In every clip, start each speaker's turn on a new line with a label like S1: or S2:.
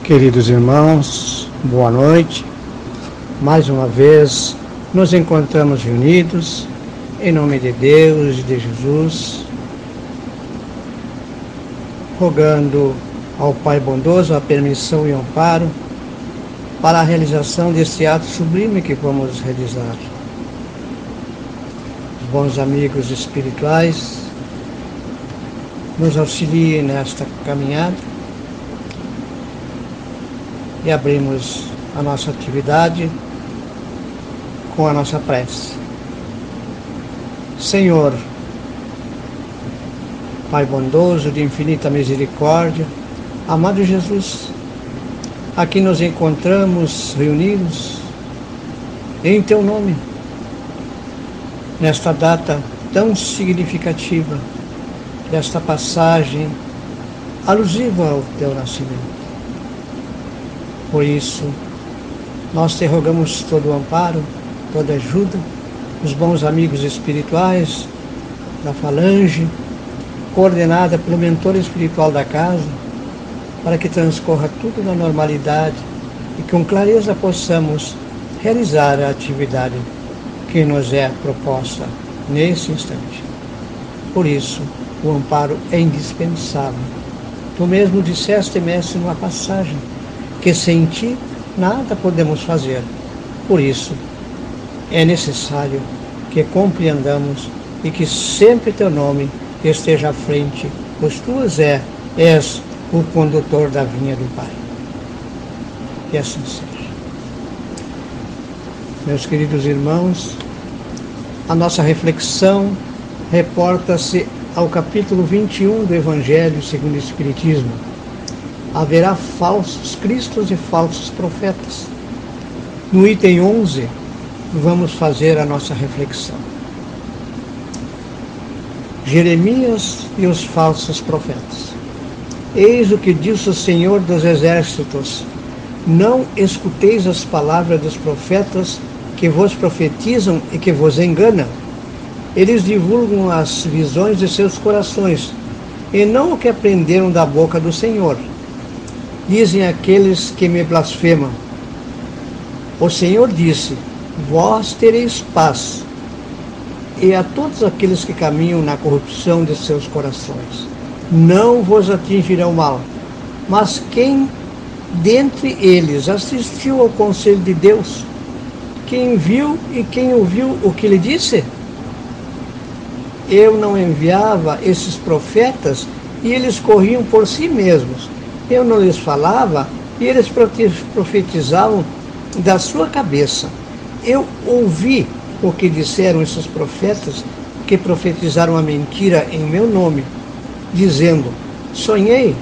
S1: Queridos irmãos, boa noite. Mais uma vez nos encontramos reunidos em nome de Deus e de Jesus, rogando ao Pai bondoso a permissão e amparo para a realização deste ato sublime que vamos realizar. Os bons amigos espirituais nos auxiliem nesta caminhada e abrimos a nossa atividade com a nossa prece. Senhor, Pai bondoso de infinita misericórdia, amado Jesus, aqui nos encontramos reunidos em Teu nome, nesta data tão significativa, desta passagem alusiva ao Teu nascimento. Por isso, nós te rogamos todo o amparo, toda ajuda, os bons amigos espirituais da Falange, coordenada pelo mentor espiritual da casa, para que transcorra tudo na normalidade e com clareza possamos realizar a atividade que nos é proposta nesse instante. Por isso, o amparo é indispensável. Tu mesmo disseste, mestre, numa passagem, que sem ti nada podemos fazer. Por isso, é necessário que compreendamos e que sempre teu nome esteja à frente, pois tu és o condutor da vinha do Pai. Que assim seja. Meus queridos irmãos, a nossa reflexão reporta-se ao capítulo 21 do Evangelho segundo o Espiritismo. Haverá falsos cristos e falsos profetas. No item 11, vamos fazer a nossa reflexão. Jeremias e os falsos profetas. Eis o que diz o Senhor dos Exércitos: não escuteis as palavras dos profetas que vos profetizam e que vos enganam. Eles divulgam as visões de seus corações, e não o que aprenderam da boca do Senhor. Dizem aqueles que me blasfemam: o Senhor disse, vós tereis paz. E a todos aqueles que caminham na corrupção de seus corações, não vos atingirão mal. Mas quem dentre eles assistiu ao conselho de Deus? Quem viu e quem ouviu o que lhe disse? Eu não enviava esses profetas e eles corriam por si mesmos. Eu não lhes falava e eles profetizavam da sua cabeça. Eu ouvi o que disseram esses profetas que profetizaram a mentira em meu nome, dizendo: sonhei.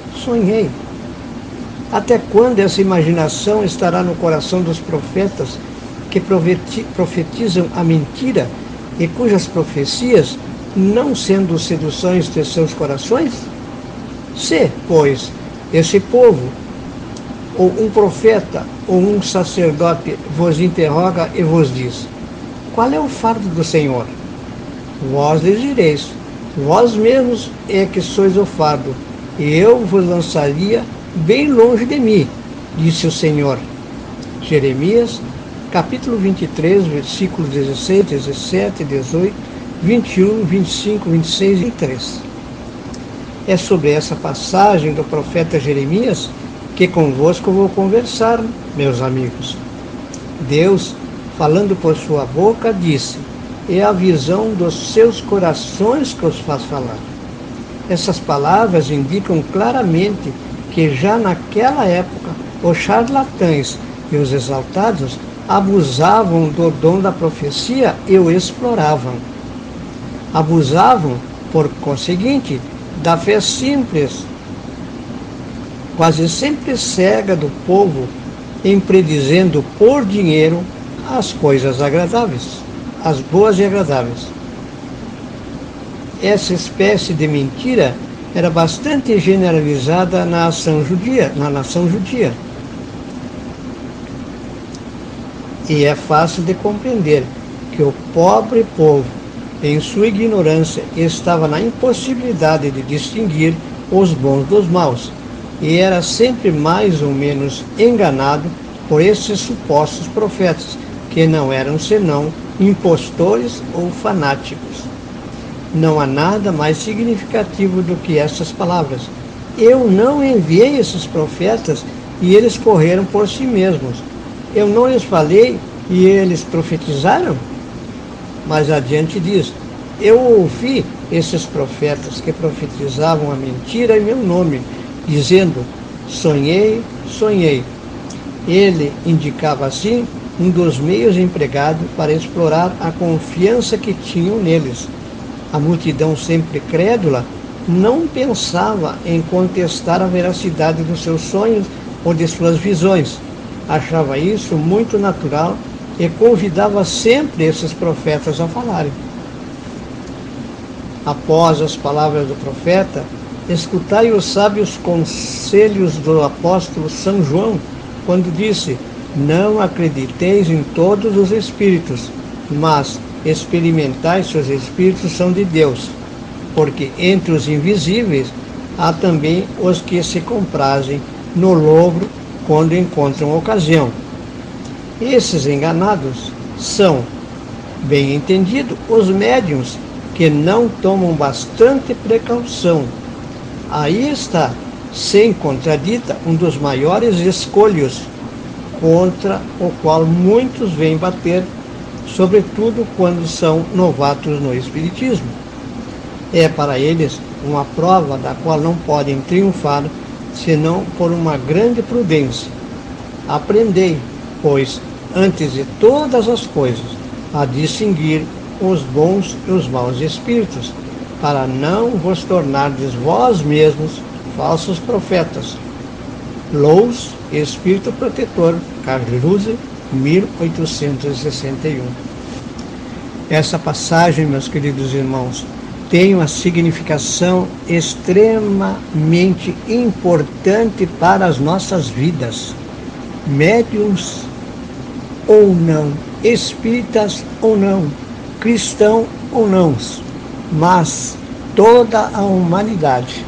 S1: Até quando essa imaginação estará no coração dos profetas que profetizam a mentira e cujas profecias não sendo seduções de seus corações? Se, pois, esse povo, ou um profeta, ou um sacerdote vos interroga e vos diz: qual é o fardo do Senhor? Vós lhes direis: vós mesmos é que sois o fardo, e eu vos lançaria bem longe de mim, disse o Senhor. Jeremias, capítulo 23, versículos 16, 17, 18, 21, 25, 26 e 3. É sobre essa passagem do profeta Jeremias que convosco vou conversar, meus amigos. Deus, falando por sua boca, disse: é a visão dos seus corações que os faz falar. Essas palavras indicam claramente que já naquela época os charlatães e os exaltados abusavam do dom da profecia e o exploravam. Abusavam, por conseguinte, da fé simples, quase sempre cega do povo, em predizendo por dinheiro as coisas agradáveis, as boas e agradáveis. Essa espécie de mentira era bastante generalizada na nação judia. E é fácil de compreender que o pobre povo, em sua ignorância, estava na impossibilidade de distinguir os bons dos maus, e era sempre mais ou menos enganado por esses supostos profetas, que não eram senão impostores ou fanáticos. Não há nada mais significativo do que essas palavras. Eu não enviei esses profetas e eles correram por si mesmos. Eu não lhes falei e eles profetizaram? Mas adiante diz: eu ouvi esses profetas que profetizavam a mentira em meu nome, dizendo: sonhei, sonhei. Ele indicava assim um dos meios empregados para explorar a confiança que tinham neles. A multidão, sempre crédula, não pensava em contestar a veracidade dos seus sonhos ou de suas visões. Achava isso muito natural e convidava sempre esses profetas a falarem. Após as palavras do profeta, escutai os sábios conselhos do apóstolo São João, quando disse: não acrediteis em todos os espíritos, mas experimentai se os espíritos são de Deus, porque entre os invisíveis há também os que se comprazem no logro quando encontram ocasião. Esses enganados são, bem entendido, os médiuns que não tomam bastante precaução. Aí está, sem contradita, um dos maiores escolhos contra o qual muitos vêm bater, sobretudo quando são novatos no espiritismo. É para eles uma prova da qual não podem triunfar, senão por uma grande prudência. Aprendei, pois, antes de todas as coisas, a distinguir os bons e os maus espíritos, para não vos tornardes vós mesmos falsos profetas. Lous, Espírito Protetor, Carluze, 1861. Essa passagem, meus queridos irmãos, tem uma significação extremamente importante para as nossas vidas. Médiuns ou não, espíritas ou não, cristão ou não, mas toda a humanidade,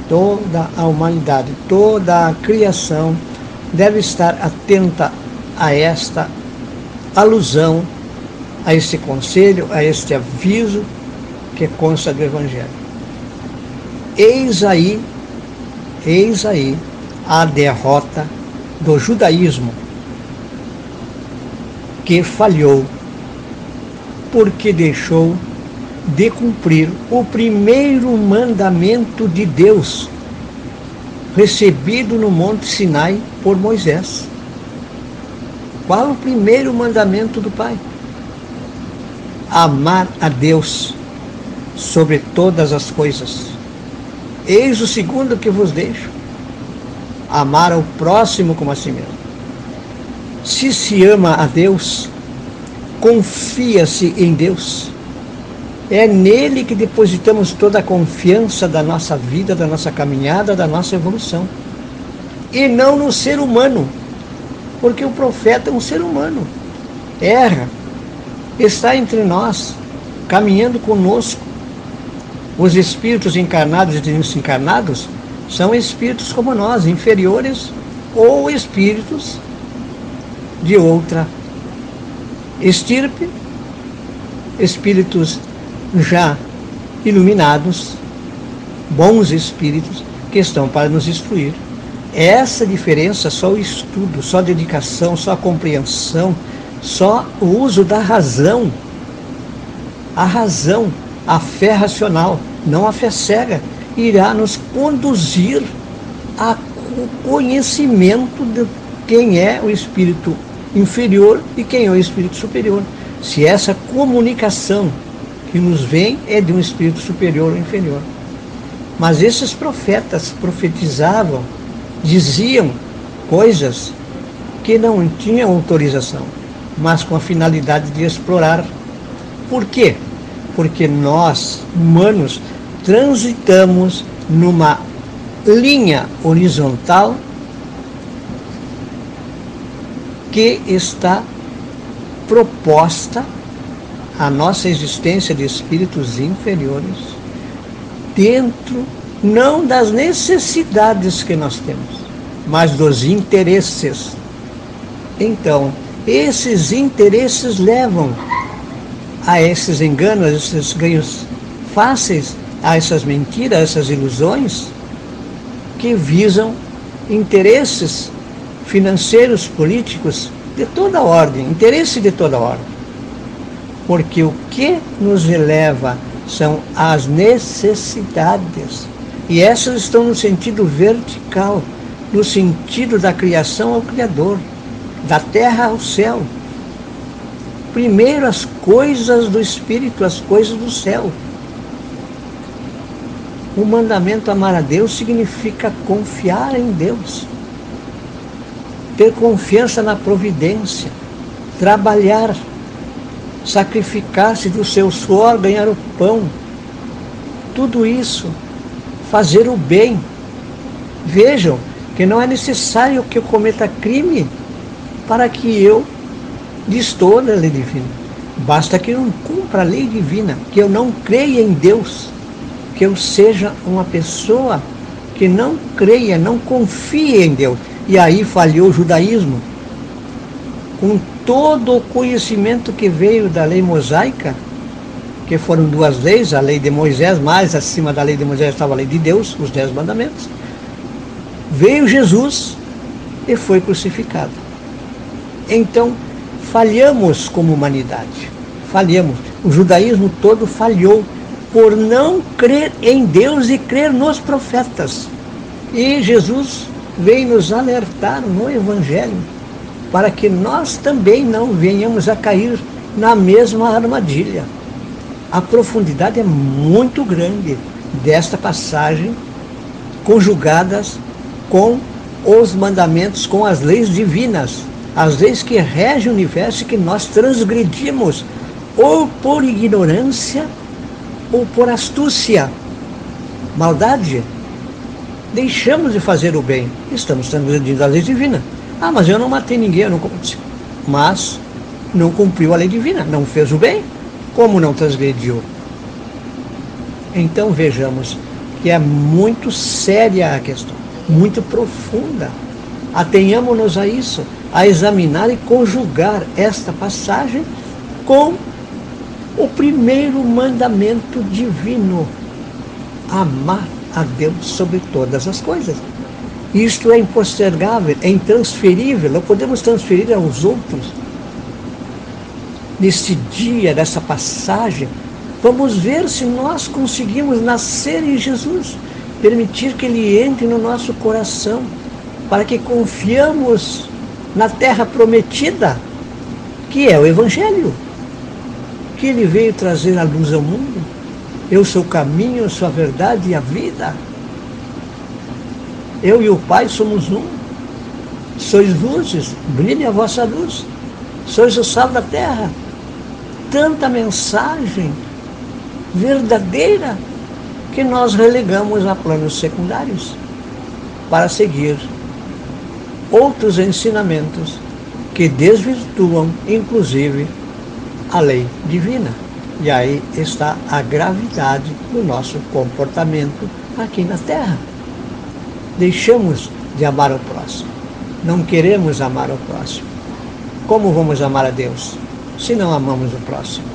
S1: toda a criação deve estar atenta a esta alusão, a este conselho, a este aviso que consta do Evangelho. Eis aí a derrota do judaísmo, que falhou porque deixou de cumprir o primeiro mandamento de Deus, recebido no Monte Sinai por Moisés. Qual o primeiro mandamento do Pai? Amar a Deus sobre todas as coisas. Eis o segundo que vos deixo: amar ao próximo como a si mesmo. Se ama a Deus, confia-se em Deus. É nele que depositamos toda a confiança da nossa vida, da nossa caminhada, da nossa evolução. E não no ser humano, porque o profeta é um ser humano. Erra, está entre nós, caminhando conosco. Os espíritos encarnados e desencarnados são espíritos como nós, inferiores ou espíritos de outra estirpe, espíritos já iluminados, bons espíritos que estão para nos instruir. Essa diferença, só o estudo, só a dedicação, só a compreensão, só o uso da razão, a fé racional, não a fé cega, irá nos conduzir ao conhecimento de quem é o espírito inferior e quem é o espírito superior. Se essa comunicação que nos vem é de um espírito superior ou inferior. Mas esses profetas profetizavam, diziam coisas que não tinham autorização, mas com a finalidade de explorar. Por quê? Porque nós, humanos, transitamos numa linha horizontal que está proposta à nossa existência de espíritos inferiores dentro não das necessidades que nós temos, mas dos interesses. Então, esses interesses levam a esses enganos, a esses ganhos fáceis, a essas mentiras, a essas ilusões, que visam interesses financeiros, políticos, de toda ordem, interesse de toda ordem. Porque o que nos eleva são as necessidades. E essas estão no sentido vertical, no sentido da criação ao Criador, da terra ao céu. Primeiro as coisas do Espírito, as coisas do céu. O mandamento amar a Deus significa confiar em Deus, ter confiança na providência, trabalhar, sacrificar-se do seu suor, ganhar o pão. Tudo isso, fazer o bem. Vejam que não é necessário que eu cometa crime para que eu destoe da lei divina. Basta que eu não cumpra a lei divina, que eu não creia em Deus, que eu seja uma pessoa que não creia, não confie em Deus. E aí falhou o judaísmo. Com todo o conhecimento que veio da lei mosaica, que foram 2 leis, a lei de Moisés, mais acima da lei de Moisés estava a lei de Deus, os 10 mandamentos, veio Jesus e foi crucificado. Então, falhamos como humanidade, falhamos. O judaísmo todo falhou por não crer em Deus e crer nos profetas. E Jesus veio nos alertar no Evangelho para que nós também não venhamos a cair na mesma armadilha. A profundidade é muito grande desta passagem, conjugadas com os mandamentos, com as leis divinas, as leis que regem o universo e que nós transgredimos, ou por ignorância, ou por astúcia, maldade. Deixamos de fazer o bem, estamos transgredindo a lei divina. Ah, mas eu não matei ninguém, eu não... Mas não cumpriu a lei divina, não fez o bem, como não transgrediu? Então vejamos que é muito séria a questão, muito profunda. Atenhamos-nos a isso, a examinar e conjugar esta passagem com o primeiro mandamento divino: amar a Deus sobre todas as coisas. Isto é impostergável, é intransferível, não podemos transferir aos outros. Neste dia, nessa passagem, vamos ver se nós conseguimos nascer em Jesus, permitir que Ele entre no nosso coração, para que confiamos na terra prometida, que é o Evangelho, que Ele veio trazer a luz ao mundo. Eu sou o caminho, eu sou a verdade e a vida. Eu e o Pai somos um. Sois luzes, brilhe a vossa luz. Sois o sal da terra. Tanta mensagem verdadeira que nós relegamos a planos secundários para seguir outros ensinamentos que desvirtuam, inclusive, a lei divina. E aí está a gravidade do nosso comportamento aqui na Terra. Deixamos de amar o próximo. Não queremos amar o próximo. Como vamos amar a Deus se não amamos o próximo?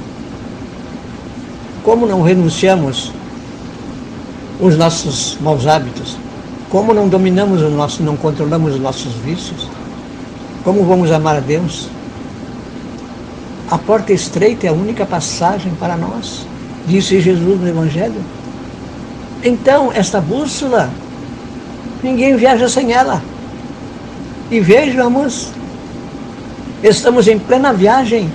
S1: Como não renunciamos os nossos maus hábitos? Como não dominamos não controlamos os nossos vícios? Como vamos amar a Deus? A porta estreita é a única passagem para nós, disse Jesus no Evangelho. Então, esta bússola, ninguém viaja sem ela. E vejamos, estamos em plena viagem,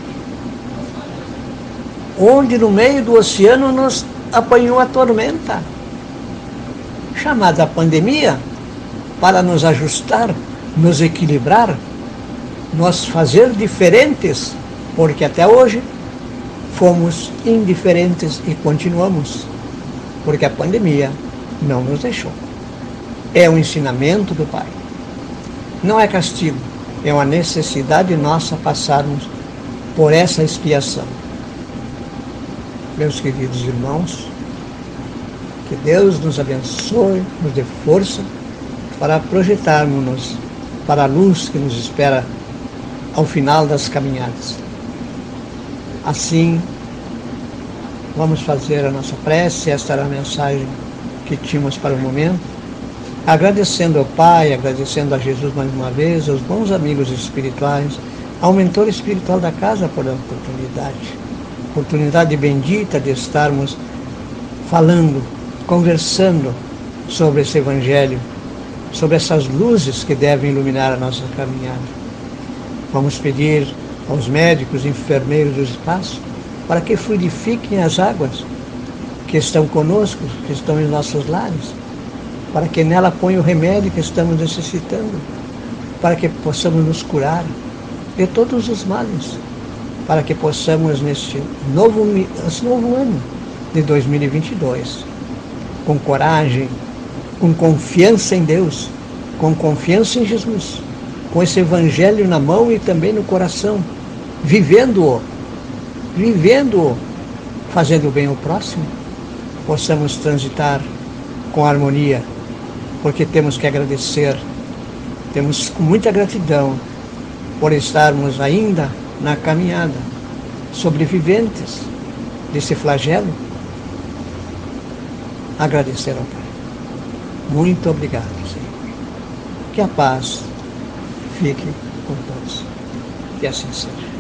S1: onde no meio do oceano nos apanhou a tormenta, chamada pandemia, para nos ajustar, nos equilibrar, nos fazer diferentes, porque até hoje fomos indiferentes e continuamos, porque a pandemia não nos deixou. É um ensinamento do Pai. Não é castigo, é uma necessidade nossa passarmos por essa expiação. Meus queridos irmãos, Que Deus nos abençoe, nos dê força para projetarmos-nos para a luz que nos espera ao final das caminhadas. Assim, vamos fazer a nossa prece. Esta era a mensagem que tínhamos para o momento. Agradecendo ao Pai, agradecendo a Jesus mais uma vez, aos bons amigos espirituais, ao mentor espiritual da casa por a oportunidade bendita de estarmos falando, conversando sobre esse Evangelho, sobre essas luzes que devem iluminar a nossa caminhada. Vamos pedir aos médicos, enfermeiros do espaço, para que fluidifiquem as águas que estão conosco, que estão em nossos lares, para que nela ponham o remédio que estamos necessitando, para que possamos nos curar de todos os males, para que possamos, neste novo ano de 2022, com coragem, com confiança em Deus, com confiança em Jesus, com esse Evangelho na mão e também no coração, vivendo-o, fazendo bem ao próximo, possamos transitar com harmonia, porque temos que agradecer, temos muita gratidão por estarmos ainda na caminhada, sobreviventes desse flagelo. Agradecer ao Pai. Muito obrigado, Senhor. Que a paz fique com todos. Que assim seja.